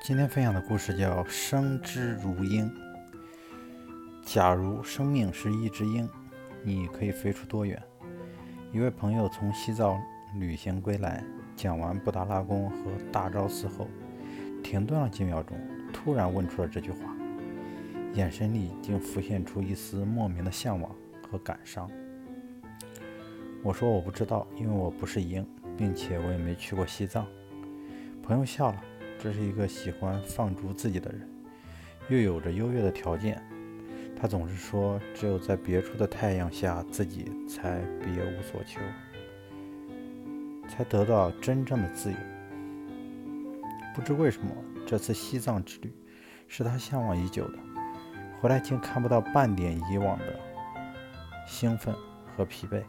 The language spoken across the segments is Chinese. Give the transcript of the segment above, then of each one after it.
今天分享的故事叫生之如鹰。假如生命是一只鹰，你可以飞出多远？一位朋友从西藏旅行归来，讲完布达拉宫和大昭寺后，停顿了几秒钟，突然问出了这句话，眼神里竟浮现出一丝莫名的向往和感伤。我说我不知道，因为我不是鹰，并且我也没去过西藏。朋友笑了，这是一个喜欢放逐自己的人，又有着优越的条件。他总是说，只有在别处的太阳下，自己才别无所求，才得到真正的自由。不知为什么，这次西藏之旅是他向往已久的，回来竟看不到半点以往的兴奋和疲惫，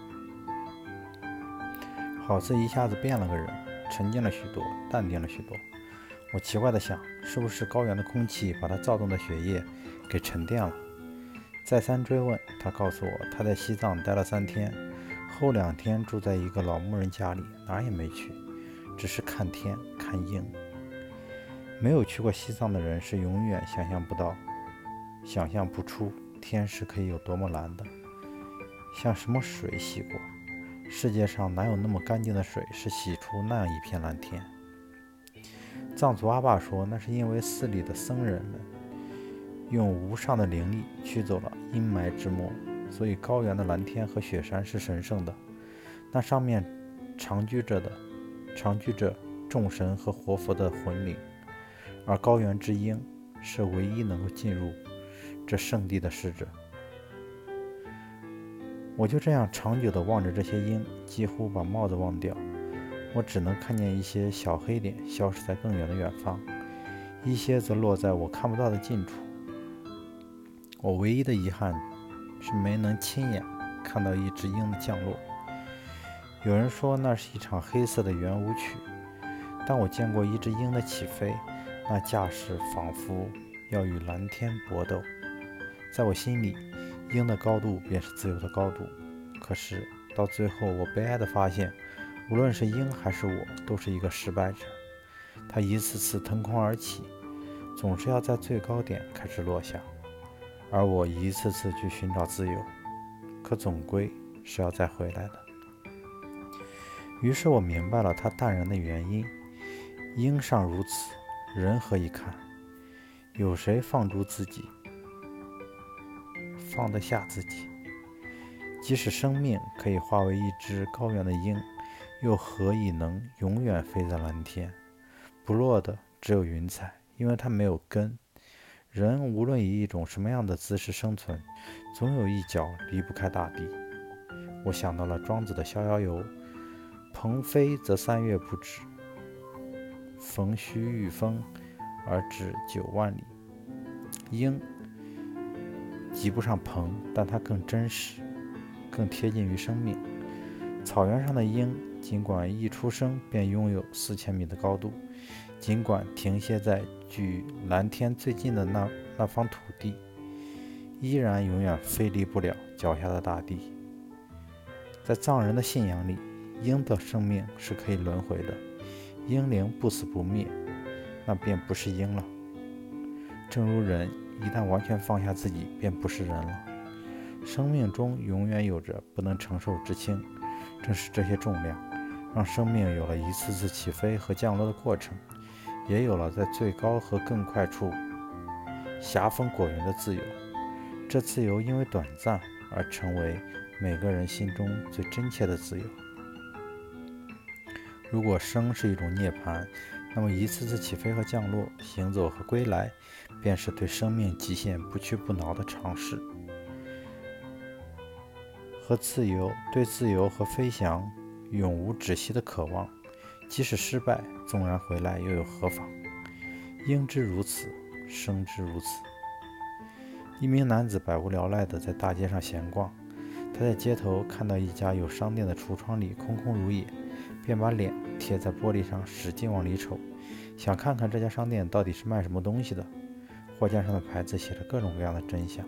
好似一下子变了个人，沉静了许多，淡定了许多。我奇怪地想，是不是高原的空气把他躁动的血液给沉淀了？再三追问，他告诉我，他在西藏待了3天，后2天住在一个老牧人家里，哪儿也没去，只是看天看鹰。没有去过西藏的人是永远想象不出天是可以有多么蓝的，像什么水洗过。世界上哪有那么干净的水是洗出那样一片蓝天？藏族阿爸说，那是因为寺里的僧人们用无上的灵力驱走了阴霾之魔，所以高原的蓝天和雪山是神圣的，那上面常居着众神和活佛的魂灵，而高原之鹰是唯一能够进入这圣地的使者。我就这样长久地望着这些鹰，几乎把帽子忘掉，我只能看见一些小黑点消失在更远的远方，一些则落在我看不到的近处。我唯一的遗憾是没能亲眼看到一只鹰的降落。有人说那是一场黑色的圆舞曲，但我见过一只鹰的起飞，那架势仿佛要与蓝天搏斗。在我心里，鹰的高度便是自由的高度。可是到最后，我悲哀地发现，无论是鹰还是我，都是一个失败者。它一次次腾空而起，总是要在最高点开始落下，而我一次次去寻找自由，可总归是要再回来的。于是我明白了它淡然的原因。鹰尚如此，人何以堪？有谁放逐自己，放得下自己？即使生命可以化为一只高原的鹰，又何以能永远飞在蓝天？不落的只有云彩，因为它没有根。人无论以一种什么样的姿势生存，总有一角离不开大地。我想到了庄子的逍遥游，鹏飞则3月不止，逢虚御风而止9万里。鹰及不上鹏，但它更真实，更贴近于生命。草原上的鹰，尽管一出生便拥有4000米的高度，尽管停歇在距蓝天最近的那方土地，依然永远飞离不了脚下的大地。在藏人的信仰里，鹰的生命是可以轮回的，鹰灵不死不灭，那便不是鹰了。正如人一旦完全放下自己，便不是人了。生命中永远有着不能承受之轻，正是这些重量，让生命有了一次次起飞和降落的过程，也有了在最高和更快处霞峰果园的自由。这自由因为短暂而成为每个人心中最真切的自由。如果生是一种涅槃，那么一次次起飞和降落，行走和归来，便是对生命极限不屈不挠的尝试。对自由和飞翔永无止息的渴望，即使失败，纵然回来又有何妨？鹰之如此，生之如此。一名男子百无聊赖地在大街上闲逛，他在街头看到一家有商店的橱窗里空空如也，便把脸贴在玻璃上，使劲往里瞅，想看看这家商店到底是卖什么东西的。货架上的牌子写着各种各样的真相。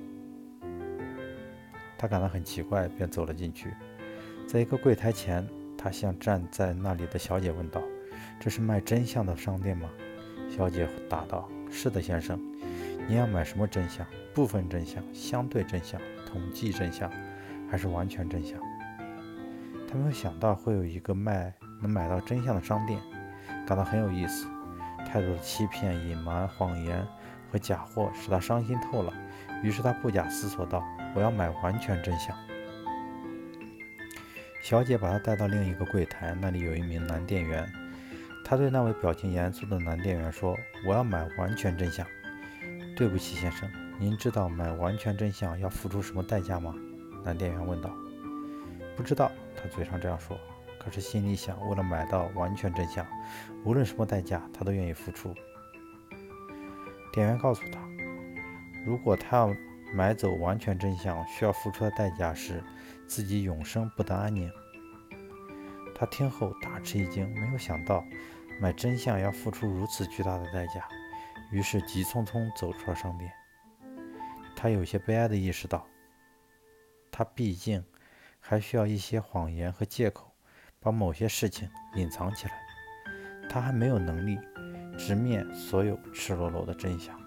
他感到很奇怪，便走了进去。在一个柜台前，他向站在那里的小姐问道：“这是卖真相的商店吗？” 小姐答道：“是的，先生。你要买什么真相？部分真相、相对真相、统计真相，还是完全真相？”他没有想到会有一个能买到真相的商店，感到很有意思。太多的欺骗、隐瞒、谎言和假货使他伤心透了。于是他不假思索道：“我要买完全真相。”小姐把他带到另一个柜台，那里有一名男店员。他对那位表情严肃的男店员说：“我要买完全真相。”“对不起，先生，您知道买完全真相要付出什么代价吗？”男店员问道。“不知道。”他嘴上这样说，可是心里想，为了买到完全真相，无论什么代价，他都愿意付出。店员告诉他，如果他要买走完全真相，需要付出的代价是自己永生不得安宁。他听后大吃一惊，没有想到买真相要付出如此巨大的代价，于是急匆匆走出了商店。他有些悲哀地意识到，他毕竟还需要一些谎言和借口，把某些事情隐藏起来。他还没有能力直面所有赤裸裸的真相。